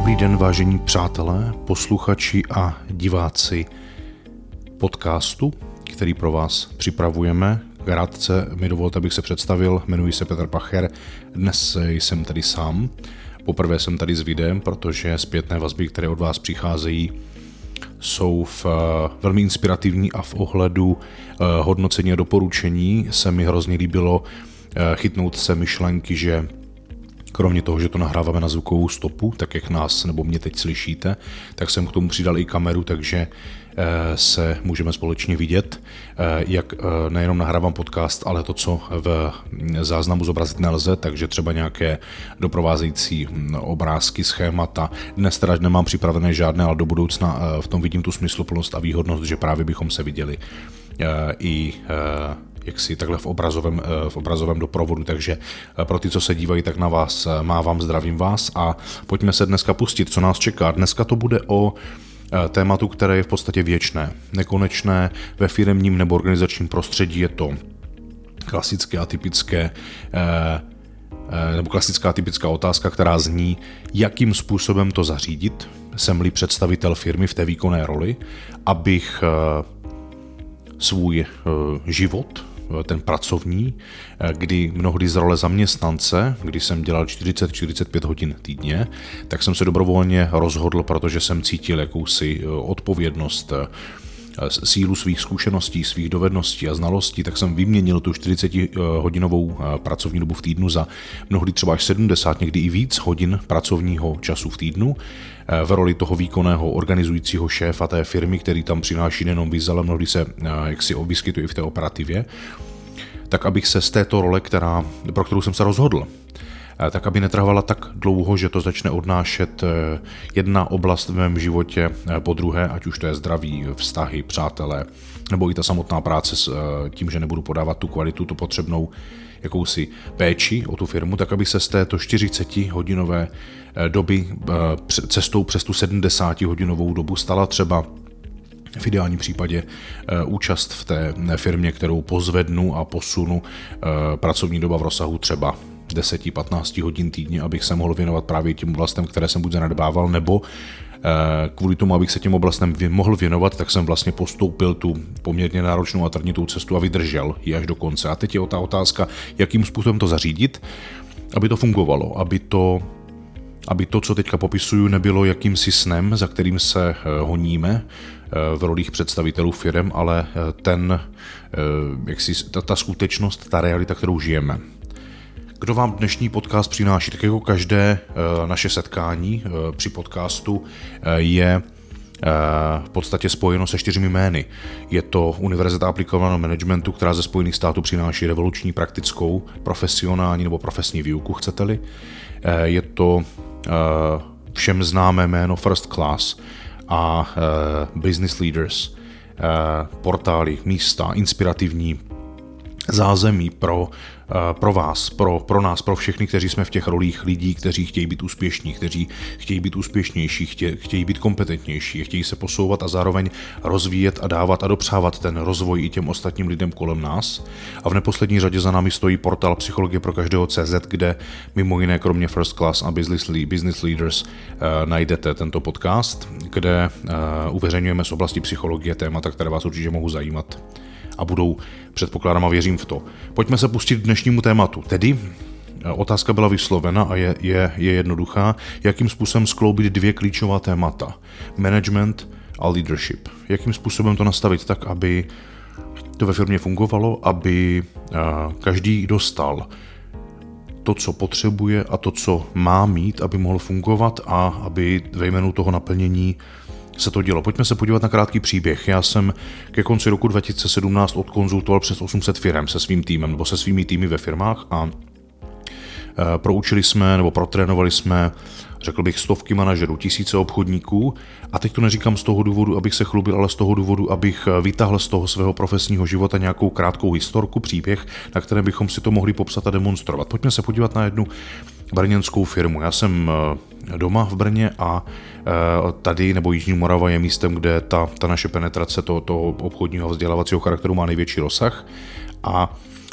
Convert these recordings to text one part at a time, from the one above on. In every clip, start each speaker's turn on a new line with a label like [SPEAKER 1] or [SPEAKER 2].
[SPEAKER 1] Dobrý den, vážení přátelé, posluchači a diváci podcastu, který pro vás připravujeme. Krátce mi dovolte, abych se představil, jmenuji se Petr Pacher, dnes jsem tady sám. Poprvé jsem tady s videem, protože zpětné vazby, které od vás přicházejí, jsou velmi inspirativní a v ohledu hodnocení a doporučení se mi hrozně líbilo chytnout se myšlenky, že kromě toho, že to nahráváme na zvukovou stopu, tak jak nás nebo mě teď slyšíte, tak jsem k tomu přidal i kameru, takže se můžeme společně vidět, jak nejenom nahrávám podcast, ale to, co v záznamu zobrazit nelze, takže třeba nějaké doprovázející obrázky, schémata. Dnes teda nemám připravené žádné, ale do budoucna v tom vidím tu smysluplnost a výhodnost, že právě bychom se viděli i jaksi takhle v obrazovém doprovodu, takže pro ty, co se dívají, tak na vás mávám, zdravím vás a pojďme se dneska pustit, co nás čeká. Dneska to bude o tématu, které je v podstatě věčné, nekonečné ve firemním nebo organizačním prostředí. Je to klasické a typické nebo klasická typická otázka, která zní, jakým způsobem to zařídit, jsem-li představitel firmy v té výkonné roli, abych svůj život, ten pracovní, kdy mnohdy z role zaměstnance, kdy jsem dělal 40-45 hodin týdně, tak jsem se dobrovolně rozhodl, protože jsem cítil jakousi odpovědnost, sílu svých zkušeností, svých dovedností a znalostí, tak jsem vyměnil tu 40-hodinovou pracovní dobu v týdnu za mnohdy třeba až 70, někdy i víc hodin pracovního času v týdnu v roli toho výkonného organizujícího šéfa té firmy, který tam přináší nejenom vize, ale mnohdy se jaksi vyskytuje i v té operativě, tak abych se z této role, pro kterou jsem se rozhodl, tak aby netrvala tak dlouho, že to začne odnášet jedna oblast v mém životě po druhé, ať už to je zdraví, vztahy, přátelé, nebo i ta samotná práce s tím, že nebudu podávat tu kvalitu, tu potřebnou jakousi péči o tu firmu, tak aby se z této 40-hodinové doby cestou přes tu 70-hodinovou dobu stala třeba v ideálním případě účast v té firmě, kterou pozvednu a posunu pracovní doba v rozsahu třeba 10-15 hodin týdně, abych se mohl věnovat právě těm oblastem, které jsem buď zanedbával, nebo kvůli tomu, abych se těm oblastem mohl věnovat, tak jsem vlastně postoupil tu poměrně náročnou a trnitou cestu a vydržel ji až do konce. A teď je ta otázka, jakým způsobem to zařídit, aby to fungovalo, aby to, co teďka popisuju, nebylo jakýmsi snem, za kterým se honíme v rolích představitelů firem, ale ta skutečnost, ta realita, kterou žijeme. Kdo vám dnešní podcast přináší, tak jako každé naše setkání při podcastu je v podstatě spojeno se 4 jmény. Je to Univerzita aplikovaného managementu, která ze Spojených států přináší revoluční praktickou, profesionální nebo profesní výuku, chcete-li. Je to všem známé jméno First Class a Business Leaders, portály, místa, inspirativní zázemí pro vás, pro nás, pro všechny, kteří jsme v těch rolích lidí, kteří chtějí být úspěšní, kteří chtějí být úspěšnější, chtějí být kompetentnější, chtějí se posouvat a zároveň rozvíjet a dávat a dopřávat ten rozvoj i těm ostatním lidem kolem nás. A v neposlední řadě za námi stojí portál Psychologie pro každého CZ, kde mimo jiné kromě First Class a Business Leaders najdete tento podcast, kde uveřejňujeme z oblasti psychologie témata, které vás určitě mohou zajímat a budou, předpokládám a věřím v to. Pojďme se pustit k dnešnímu tématu. Tedy otázka byla vyslovena a je jednoduchá. Jakým způsobem skloubit 2 klíčová témata? Management a leadership. Jakým způsobem to nastavit tak, aby to ve firmě fungovalo, aby každý dostal to, co potřebuje a to, co má mít, aby mohl fungovat a aby ve jménu toho naplnění se to dělo. Pojďme se podívat na krátký příběh. Já jsem ke konci roku 2017 odkonzultoval přes 800 firem se svým týmem nebo se svými týmy ve firmách a proučili jsme nebo protrénovali jsme, řekl bych, stovky manažerů, tisíce obchodníků a teď to neříkám z toho důvodu, abych se chlubil, ale z toho důvodu, abych vytáhl z toho svého profesního života nějakou krátkou historku, příběh, na které bychom si to mohli popsat a demonstrovat. Pojďme se podívat na jednu brněnskou firmu. Já jsem doma v Brně a tady, nebo Jižní Morava je místem, kde ta naše penetrace toho obchodního a vzdělávacího charakteru má největší rozsah a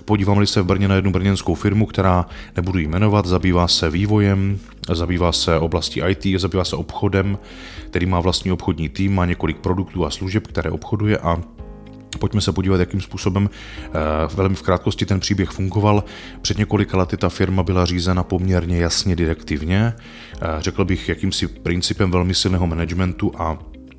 [SPEAKER 1] Podívám-li se v Brně na jednu brněnskou firmu, která nebudu jí jmenovat, zabývá se vývojem, zabývá se oblastí IT, zabývá se obchodem, který má vlastní obchodní tým, má několik produktů a služeb, které obchoduje a pojďme se podívat, jakým způsobem velmi v krátkosti ten příběh fungoval. Před několika lety ta firma byla řízena poměrně jasně direktivně, řekl bych jakýmsi principem velmi silného managementu a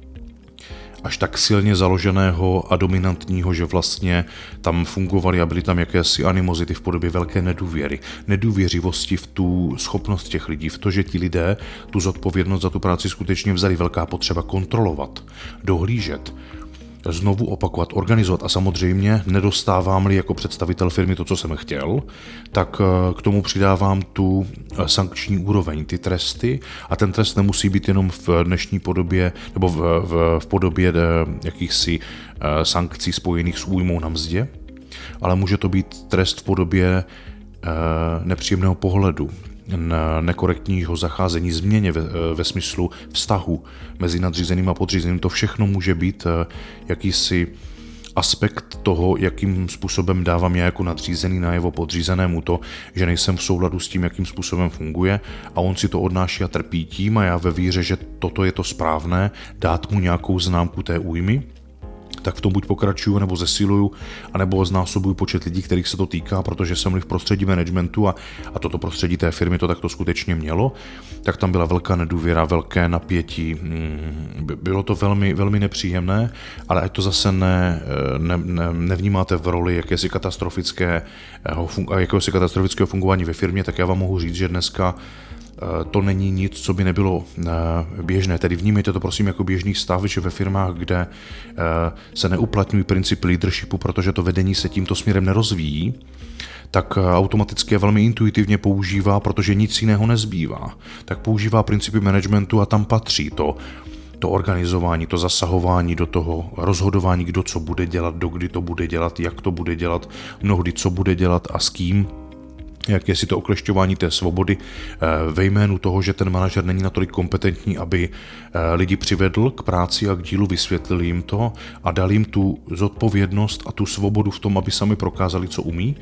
[SPEAKER 1] až tak silně založeného a dominantního, že vlastně tam fungovaly a byly tam jakési animozity v podobě velké nedůvěry. Nedůvěřivosti v tu schopnost těch lidí, v to, že ti lidé tu zodpovědnost za tu práci skutečně vzali, velká potřeba kontrolovat, dohlížet, znovu opakovat, organizovat a samozřejmě nedostávám-li jako představitel firmy to, co jsem chtěl, tak k tomu přidávám tu sankční úroveň, ty tresty a ten trest nemusí být jenom v dnešní podobě nebo v podobě jakýchsi sankcí spojených s újmou na mzdě, ale může to být trest v podobě nepříjemného pohledu, nekorektního zacházení, změně ve smyslu vztahu mezi nadřízeným a podřízeným. To všechno může být jakýsi aspekt toho, jakým způsobem dávám já jako nadřízený najevo podřízenému to, že nejsem v souladu s tím, jakým způsobem funguje a on si to odnáší a trpí tím a já ve víře, že toto je to správné, dát mu nějakou známku té újmy, tak v tom buď pokračuju, nebo zesiluju, anebo znásobuju počet lidí, kterých se to týká, protože jsem v prostředí managementu a toto prostředí té firmy to takto skutečně mělo, tak tam byla velká nedůvěra, velké napětí. Bylo to velmi, velmi nepříjemné, ale ať to zase nevnímáte v roli jakési katastrofického fungování ve firmě, tak já vám mohu říct, že dneska to není nic, co by nebylo běžné. Tedy vnímejte to prosím jako běžný stav, že ve firmách, kde se neuplatňují principy leadershipu, protože to vedení se tímto směrem nerozvíjí, tak automaticky velmi intuitivně používá, protože nic jiného nezbývá. Tak používá principy managementu a tam patří to organizování, to zasahování do toho rozhodování, kdo co bude dělat, dokdy to bude dělat, jak to bude dělat, mnohdy co bude dělat a s kým. Jak si to oklešťování té svobody ve jménu toho, že ten manažer není natolik kompetentní, aby lidi přivedl k práci a k dílu, vysvětlil jim to a dal jim tu zodpovědnost a tu svobodu v tom, aby sami prokázali, co umí.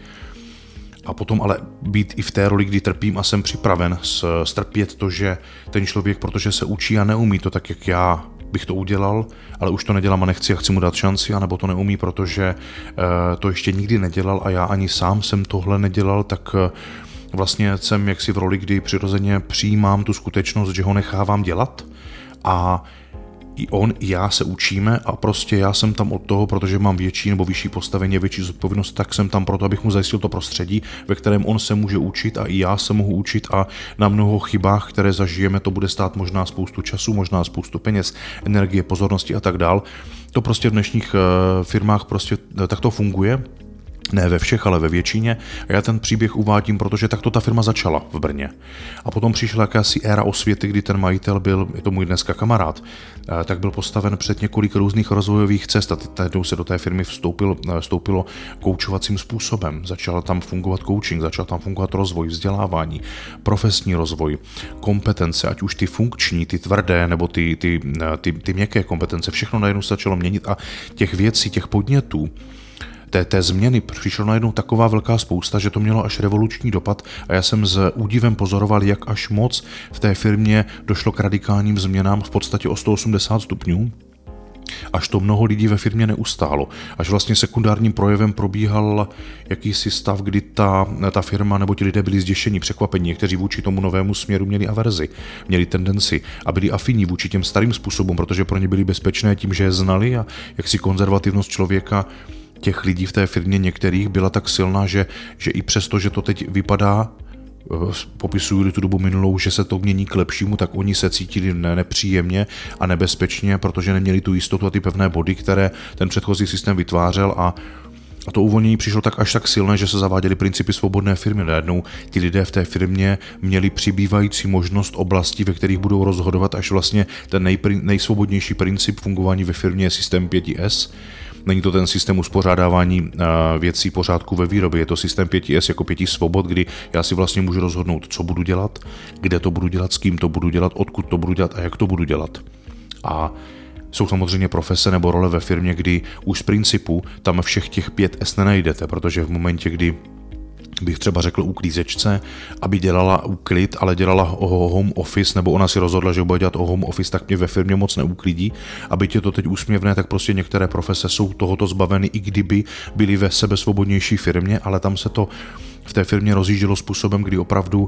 [SPEAKER 1] A potom ale být i v té roli, kdy trpím a jsem připraven strpět to, že ten člověk, protože se učí a neumí to tak, jak já bych to udělal, ale už to nedělám a nechci a chci mu dát šanci, anebo to neumí, protože to ještě nikdy nedělal a já ani sám jsem tohle nedělal, tak vlastně jsem jaksi v roli, kdy přirozeně přijímám tu skutečnost, že ho nechávám dělat a i on, i já se učíme a prostě já jsem tam od toho, protože mám větší nebo vyšší postavení, větší zodpovědnost, tak jsem tam proto, abych mu zajistil to prostředí, ve kterém on se může učit a i já se mohu učit a na mnoho chybách, které zažijeme, to bude stát možná spoustu času, možná spoustu peněz, energie, pozornosti a tak dál. To prostě v dnešních firmách prostě tak to funguje. Ne ve všech, ale ve většině. A já ten příběh uvádím, protože takto ta firma začala v Brně. A potom přišla jakási éra osvěty, kdy ten majitel byl, je to můj dneska kamarád, tak byl postaven před několik různých rozvojových cest a jednou se do té firmy vstoupilo koučovacím způsobem. Začal tam fungovat coaching, začal tam fungovat rozvoj, vzdělávání, profesní rozvoj, kompetence, ať už ty funkční, ty tvrdé, nebo ty měkké kompetence, všechno najednou se začalo měnit a těch věcí, těch podnětů, té změny přišlo najednou taková velká spousta, že to mělo až revoluční dopad a já jsem s údivem pozoroval, jak až moc v té firmě došlo k radikálním změnám v podstatě o 180 stupňů, až to mnoho lidí ve firmě neustálo. Až vlastně sekundárním projevem probíhal jakýsi stav, kdy ta firma nebo ti lidé byli zděšení, překvapení, někteří vůči tomu novému směru měli averzi, měli tendenci a byli afinní vůči těm starým způsobům, protože pro ně byly bezpečné tím, že je znali a jaksi konzervativnost člověka těch lidí v té firmě některých byla tak silná, že i přesto, že to teď vypadá, popisují tu dobu minulou, že se to mění k lepšímu, tak oni se cítili nepříjemně a nebezpečně, protože neměli tu jistotu a ty pevné body, které ten předchozí systém vytvářel a to uvolnění přišlo až tak silné, že se zaváděly principy svobodné firmy. Najednou ti lidé v té firmě měli přibývající možnost oblastí, ve kterých budou rozhodovat, až vlastně ten nejsvobodnější princip fungování ve firmě je systém 5S. Není to ten systém uspořádávání věcí pořádku ve výrobě, je to systém 5S jako 5 svobod, kdy já si vlastně můžu rozhodnout, co budu dělat, kde to budu dělat, s kým to budu dělat, odkud to budu dělat a jak to budu dělat. A Jsou samozřejmě profese nebo role ve firmě, kdy už z principu tam všech těch 5 S nenajdete, protože v momentě, kdy bych třeba řekl uklízečce, aby dělala úklid, ale dělala home office, nebo ona si rozhodla, že bude dělat home office, tak mě ve firmě moc neuklidí. Aby tě to teď úsměvné, tak prostě některé profese jsou tohoto zbaveny, i kdyby byly ve sebesvobodnější firmě, ale tam se to v té firmě rozjíždělo způsobem, kdy opravdu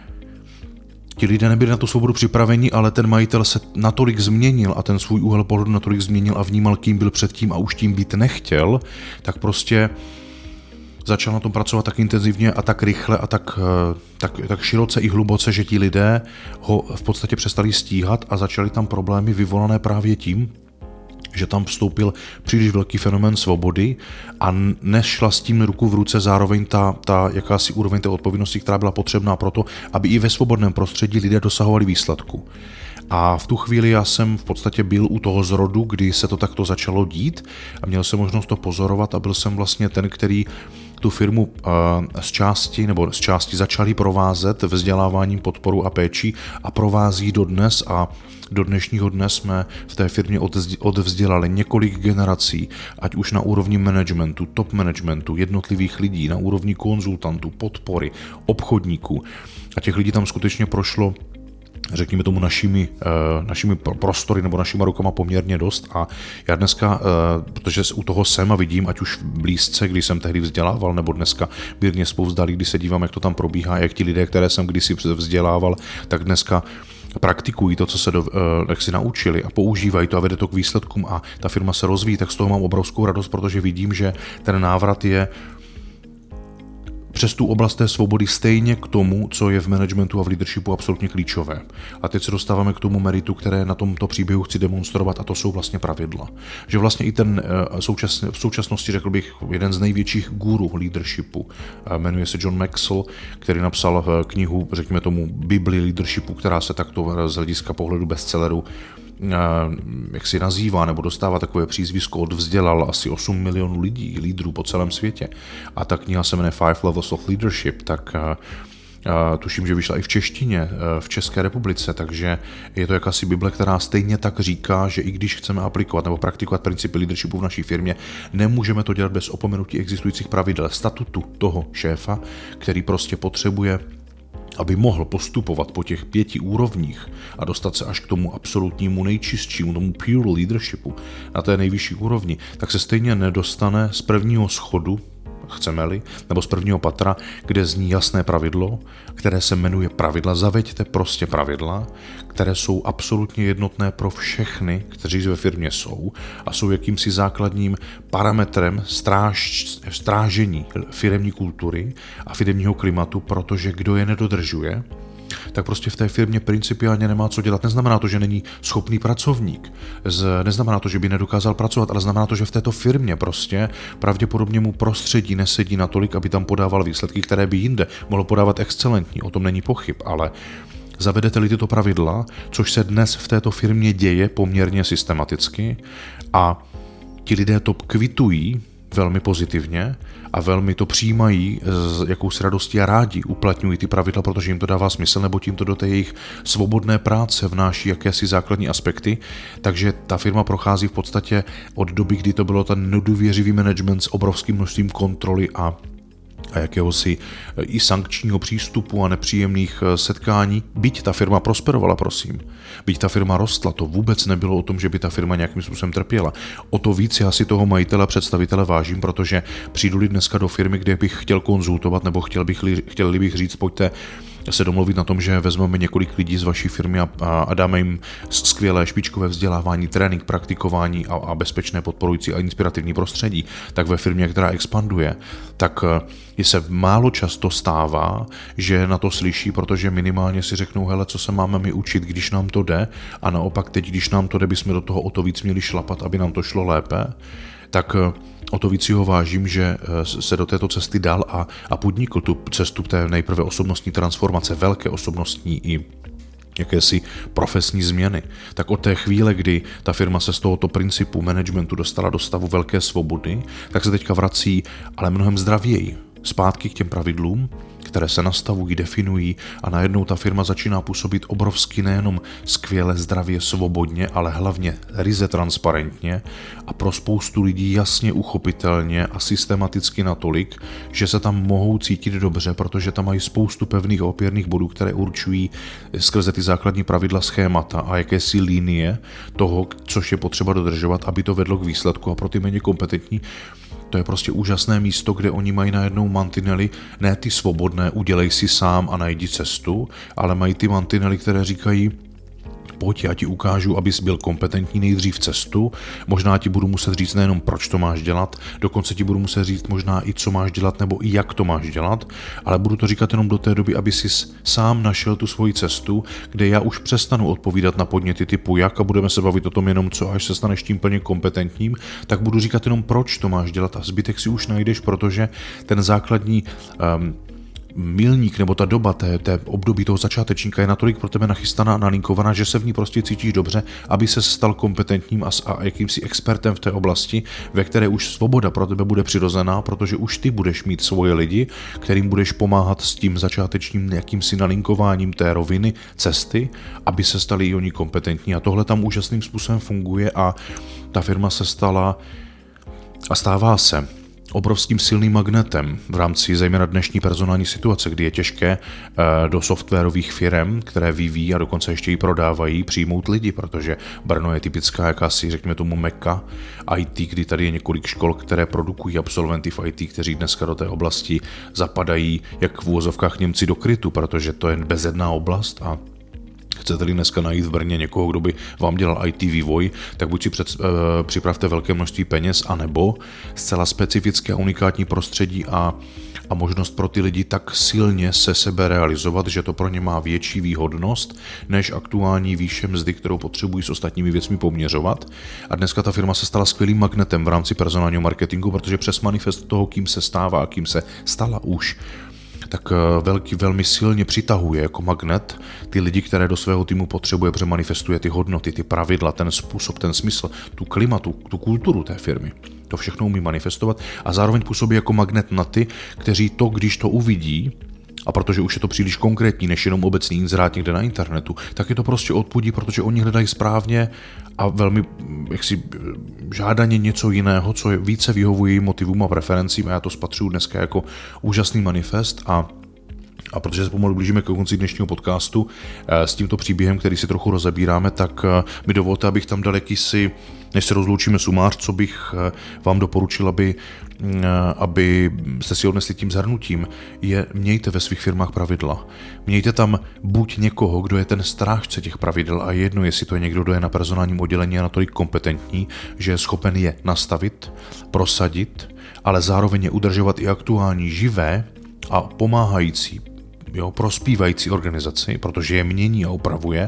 [SPEAKER 1] ti lidé nebyli na tu svobodu připraveni, ale ten majitel se natolik změnil a ten svůj úhel pohledu natolik změnil a vnímal, kým byl předtím a už tím být nechtěl, tak prostě začal na tom pracovat tak intenzivně a tak rychle a tak široce i hluboce, že ti lidé ho v podstatě přestali stíhat a začaly tam problémy vyvolané právě tím, že tam vstoupil příliš velký fenomén svobody a nešla s tím ruku v ruce zároveň ta jakási úroveň té odpovědnosti, která byla potřebná pro to, aby i ve svobodném prostředí lidé dosahovali výsledku. A v tu chvíli já jsem v podstatě byl u toho zrodu, kdy se to takto začalo dít a měl jsem možnost to pozorovat a byl jsem vlastně ten, který tu firmu z části začali provázet vzděláváním, podporu a péči a provází dodnes a do dnešního dne jsme v té firmě odvzdělali několik generací, ať už na úrovni managementu, top managementu, jednotlivých lidí, na úrovni konzultantů, podpory, obchodníků. A těch lidí tam skutečně prošlo, řekněme tomu, našimi prostory nebo našima rukama poměrně dost a já dneska, protože u toho jsem a vidím, ať už blízce, když jsem tehdy vzdělával, nebo dneska mírně spouvzdálí, když se dívám, jak to tam probíhá, jak ti lidé, které jsem kdysi vzdělával, tak dneska praktikují to, co se jak si naučili a používají to a vede to k výsledkům a ta firma se rozvíjí, tak z toho mám obrovskou radost, protože vidím, že ten návrat je přes tu oblast té svobody stejně k tomu, co je v managementu a v leadershipu absolutně klíčové. A teď se dostáváme k tomu meritu, které na tomto příběhu chci demonstrovat, a to jsou vlastně pravidla. Že vlastně i ten v současnosti, řekl bych, jeden z největších guru leadershipu, jmenuje se John Maxwell, který napsal knihu, řekněme tomu, Bibli leadershipu, která se takto z hlediska pohledu bestselleru jak si nazývá nebo dostává takové přízvisko, odvzdělal asi 8 milionů lidí, lídrů po celém světě. A ta kniha se jmenuje 5 Levels of Leadership, tak tuším, že vyšla i v češtině v České republice, takže je to jakási Bible, která stejně tak říká, že i když chceme aplikovat nebo praktikovat principy leadershipu v naší firmě, nemůžeme to dělat bez opomenutí existujících pravidel, statutu toho šéfa, který prostě potřebuje, aby mohl postupovat po těch 5 úrovních a dostat se až k tomu absolutnímu nejčistšímu, tomu pure leadershipu na té nejvyšší úrovni, tak se stejně nedostane z prvního schodu, chceme-li, nebo z prvního patra, kde zní jasné pravidlo, které se jmenuje pravidla. Zaveďte prostě pravidla, které jsou absolutně jednotné pro všechny, kteří ve firmě jsou a jsou jakýmsi základním parametrem strážení firemní kultury a firemního klimatu, protože kdo je nedodržuje, tak prostě v té firmě principiálně nemá co dělat. Neznamená to, že není schopný pracovník, neznamená to, že by nedokázal pracovat, ale znamená to, že v této firmě prostě pravděpodobně mu prostředí nesedí natolik, aby tam podával výsledky, které by jinde mohl podávat excelentní, o tom není pochyb, ale zavedete-li tyto pravidla, což se dnes v této firmě děje poměrně systematicky a ti lidé to kvitují velmi pozitivně a velmi to přijímají s jakousi radostí a rádi uplatňují ty pravidla, protože jim to dává smysl, nebo tím to do té jejich svobodné práce vnáší jakési základní aspekty. Takže ta firma prochází v podstatě od doby, kdy to bylo ten nedůvěřivý management s obrovským množstvím kontroly a jakéhosi i sankčního přístupu a nepříjemných setkání, byť ta firma prosperovala, prosím. Byť ta firma rostla, to vůbec nebylo o tom, že by ta firma nějakým způsobem trpěla. O to víc já si toho majitele a představitele vážím, protože přijdu-li dneska do firmy, kde bych chtěl konzultovat, nebo chtěl bych říct, pojďte se domluvit na tom, že vezmeme několik lidí z vaší firmy a dáme jim skvělé špičkové vzdělávání, trénink, praktikování a bezpečné podporující a inspirativní prostředí, tak ve firmě, která expanduje, tak se málo často stává, že na to slyší, protože minimálně si řeknou, hele, co se máme my učit, když nám to jde, a naopak teď, když nám to jde, bychom do toho o to víc měli šlapat, aby nám to šlo lépe, tak o to víc si ho vážím, že se do této cesty dal a podnikl tu cestu té nejprve osobnostní transformace, velké osobnostní i jakési profesní změny. Tak od té chvíle, kdy ta firma se z tohoto principu managementu dostala do stavu velké svobody, tak se teďka vrací, ale mnohem zdravěji, zpátky k těm pravidlům, které se nastavují, definují a najednou ta firma začíná působit obrovsky nejenom skvěle, zdravě, svobodně, ale hlavně ryze transparentně a pro spoustu lidí jasně uchopitelně a systematicky natolik, že se tam mohou cítit dobře, protože tam mají spoustu pevných a opěrných bodů, které určují skrze ty základní pravidla, schémata a jakési linie toho, což je potřeba dodržovat, aby to vedlo k výsledku. A pro ty méně kompetentní to je prostě úžasné místo, kde oni mají najednou mantinely, ne ty svobodné, udělej si sám a najdi cestu, ale mají ty mantinely, které říkají, pojď, já ti ukážu, abys byl kompetentní nejdřív cestu, možná ti budu muset říct nejenom proč to máš dělat, dokonce ti budu muset říct možná i co máš dělat nebo i jak to máš dělat, ale budu to říkat jenom do té doby, aby si sám našel tu svoji cestu, kde já už přestanu odpovídat na podněty typu jak a budeme se bavit o tom jenom co, až se staneš tím plně kompetentním, tak budu říkat jenom proč to máš dělat a zbytek si už najdeš, protože ten základní milník nebo ta doba, té období toho začátečníka je natolik pro tebe nachystaná a nalinkovaná, že se v ní prostě cítíš dobře, aby se stal kompetentním a jakýmsi expertem v té oblasti, ve které už svoboda pro tebe bude přirozená, protože už ty budeš mít svoje lidi, kterým budeš pomáhat s tím začátečním jakýmsi nalinkováním té roviny, cesty, aby se stali i oni kompetentní. A tohle tam úžasným způsobem funguje a ta firma se stala a stává se obrovským silným magnetem v rámci zejména dnešní personální situace, kdy je těžké do softwarových firm, které vyvíjí a dokonce ještě i prodávají, přijmout lidi, protože Brno je typická jakási, řekněme tomu, meka IT, kdy tady je několik škol, které produkují absolventy v IT, kteří dneska do té oblasti zapadají jak v úvozovkách Němci do krytu, protože to je bezedná oblast a chcete-li dneska najít v Brně někoho, kdo by vám dělal IT vývoj, tak buď si připravte velké množství peněz, anebo zcela specifické a unikátní prostředí a možnost pro ty lidi tak silně se sebe realizovat, že to pro ně má větší výhodnost, než aktuální výše mzdy, kterou potřebují s ostatními věcmi poměřovat. A dneska ta firma se stala skvělým magnetem v rámci personálního marketingu, protože přes manifest toho, kým se stává a kým se stala už, tak velmi silně přitahuje jako magnet ty lidi, které do svého týmu potřebuje, protože manifestuje ty hodnoty, ty pravidla, ten způsob, ten smysl, tu klimatu, tu kulturu té firmy. To všechno umí manifestovat a zároveň působí jako magnet na ty, kteří to, když to uvidí, a protože už je to příliš konkrétní než jenom obecný inzerát někde na internetu, tak je to prostě odpudí, protože oni hledají správně a velmi jaksi žádaně něco jiného, co je více vyhovuje motivům a preferencím a já to spatřuju dneska jako úžasný manifest a protože se pomalu blížíme k konci dnešního podcastu s tímto příběhem, který si trochu rozebíráme, tak mi dovolte, abych tam dal jakýsi, než se rozloučíme, sumář, co bych vám doporučil, aby jste si odnesli tím shrnutím, je mějte ve svých firmách pravidla. Mějte tam buď někoho, kdo je ten strážce těch pravidel a jedno, jestli to je někdo, kdo je na personálním oddělení a natolik kompetentní, že je schopen je nastavit, prosadit, ale zároveň je udržovat i aktuální, živé a pomáhající, prospívající organizaci, protože je mění a upravuje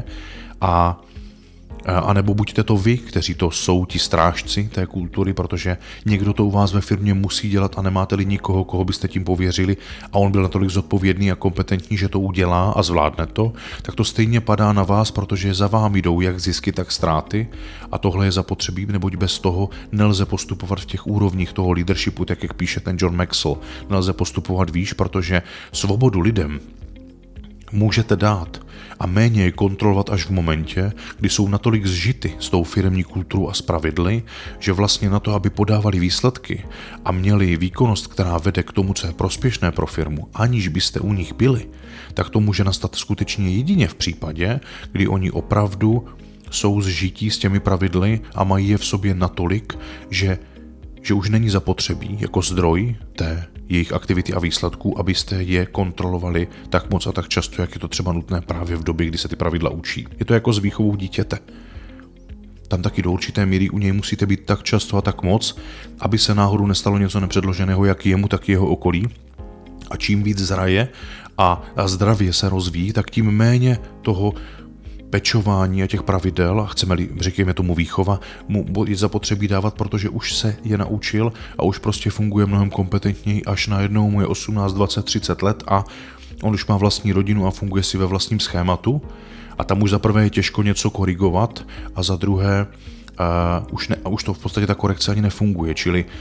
[SPEAKER 1] a nebo buďte to vy, kteří to jsou ti strážci té kultury, protože někdo to u vás ve firmě musí dělat a nemáte-li nikoho, koho byste tím pověřili a on byl natolik zodpovědný a kompetentní, že to udělá a zvládne to, tak to stejně padá na vás, protože za vámi jdou jak zisky, tak ztráty a tohle je zapotřebí, neboť bez toho nelze postupovat v těch úrovních toho leadershipu, tak jak píše ten John Maxwell, nelze postupovat výš, protože svobodu lidem můžete dát a méně je kontrolovat až v momentě, kdy jsou natolik zžity s tou firemní kulturou a s pravidly, že vlastně na to, aby podávali výsledky a měli výkonnost, která vede k tomu, co je prospěšné pro firmu, aniž byste u nich byli, tak to může nastat skutečně jedině v případě, kdy oni opravdu jsou zžití s těmi pravidly a mají je v sobě natolik, že už není zapotřebí jako zdroj té jejich aktivity a výsledků, abyste je kontrolovali tak moc a tak často, jak je to třeba nutné právě v době, kdy se ty pravidla učí. Je to jako s výchovou dítěte. Tam taky do určité míry u něj musíte být tak často a tak moc, aby se náhodou nestalo něco nepředloženého jak jemu, tak i jeho okolí. A čím víc zraje a zdravě se rozvíjí, tak tím méně toho pečování a těch pravidel, a chceme-li, řekněme tomu výchova, mu je zapotřebí dávat, protože už se je naučil a už prostě funguje mnohem kompetentněji, až najednou mu je 18, 20, 30 let a on už má vlastní rodinu a funguje si ve vlastním schématu a tam už za prvé je těžko něco korigovat a za druhé už to v podstatě ta korekce ani nefunguje, čili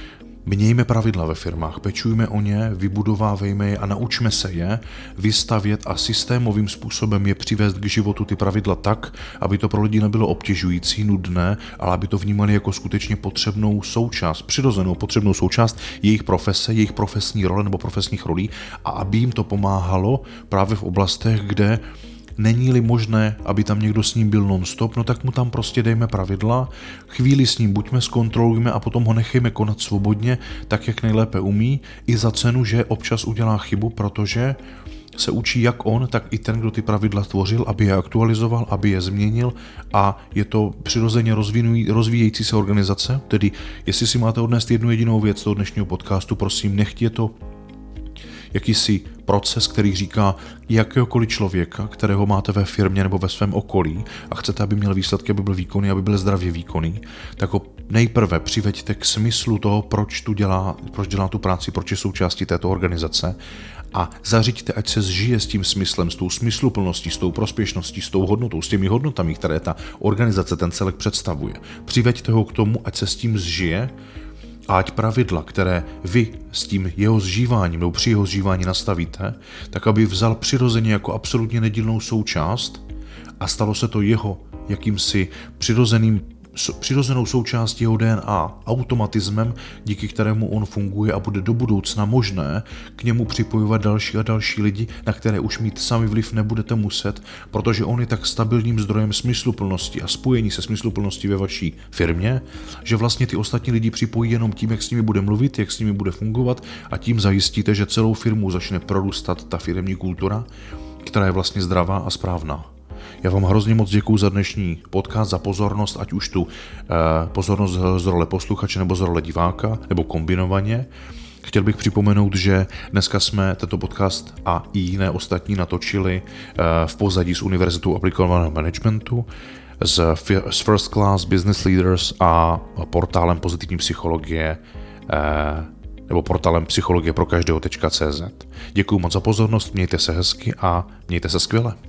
[SPEAKER 1] Mějme pravidla ve firmách, pečujme o ně, vybudovávejme je a naučme se je vystavět a systémovým způsobem je přivést k životu ty pravidla tak, aby to pro lidi nebylo obtěžující, nudné, ale aby to vnímali jako skutečně potřebnou součást, přirozenou potřebnou součást jejich profese, jejich profesní role nebo profesních rolí a aby jim to pomáhalo právě v oblastech, kde není-li možné, aby tam někdo s ním byl non-stop, no tak mu tam prostě dejme pravidla, chvíli s ním buďme, zkontrolujme a potom ho nechejme konat svobodně, tak jak nejlépe umí, i za cenu, že občas udělá chybu, protože se učí jak on, tak i ten, kdo ty pravidla tvořil, aby je aktualizoval, aby je změnil a je to přirozeně rozvíjející se organizace, tedy jestli si máte odnést jednu jedinou věc toho dnešního podcastu, prosím, nechtě to jakýsi proces, který říká jakéhokoliv člověka, kterého máte ve firmě nebo ve svém okolí a chcete, aby měl výsledky, aby byl výkonný, aby byl zdravě výkonný, tak ho nejprve přiveďte k smyslu toho, proč dělá tu práci, proč je součástí této organizace a zařiďte, ať se zžije s tím smyslem, s tou smysluplností, s tou prospěšností, s tou hodnotou, s těmi hodnotami, které ta organizace, ten celek představuje. Přiveďte ho k tomu, ať se s tím zžije, a ať pravidla, které vy s tím jeho zžíváním nebo při jeho zžívání nastavíte, tak aby vzal přirozeně jako absolutně nedílnou součást a stalo se to jeho jakýmsi přirozenou součástí jeho DNA, automatismem, díky kterému on funguje a bude do budoucna možné k němu připojovat další a další lidi, na které už mít sami vliv nebudete muset, protože on je tak stabilním zdrojem smysluplnosti a spojení se smysluplností ve vaší firmě, že vlastně ty ostatní lidi připojí jenom tím, jak s nimi bude mluvit, jak s nimi bude fungovat a tím zajistíte, že celou firmu začne prorůstat ta firemní kultura, která je vlastně zdravá a správná. Já vám hrozně moc děkuju za dnešní podcast, za pozornost, ať už tu pozornost z role posluchače nebo z role diváka, nebo kombinovaně. Chtěl bych připomenout, že dneska jsme tento podcast a i jiné ostatní natočili v pozadí s Univerzitou aplikovaného managementu, s First Class Business Leaders a portálem pozitivní psychologie nebo portálem psychologie pro každého.cz. Děkuju moc za pozornost, mějte se hezky a mějte se skvěle.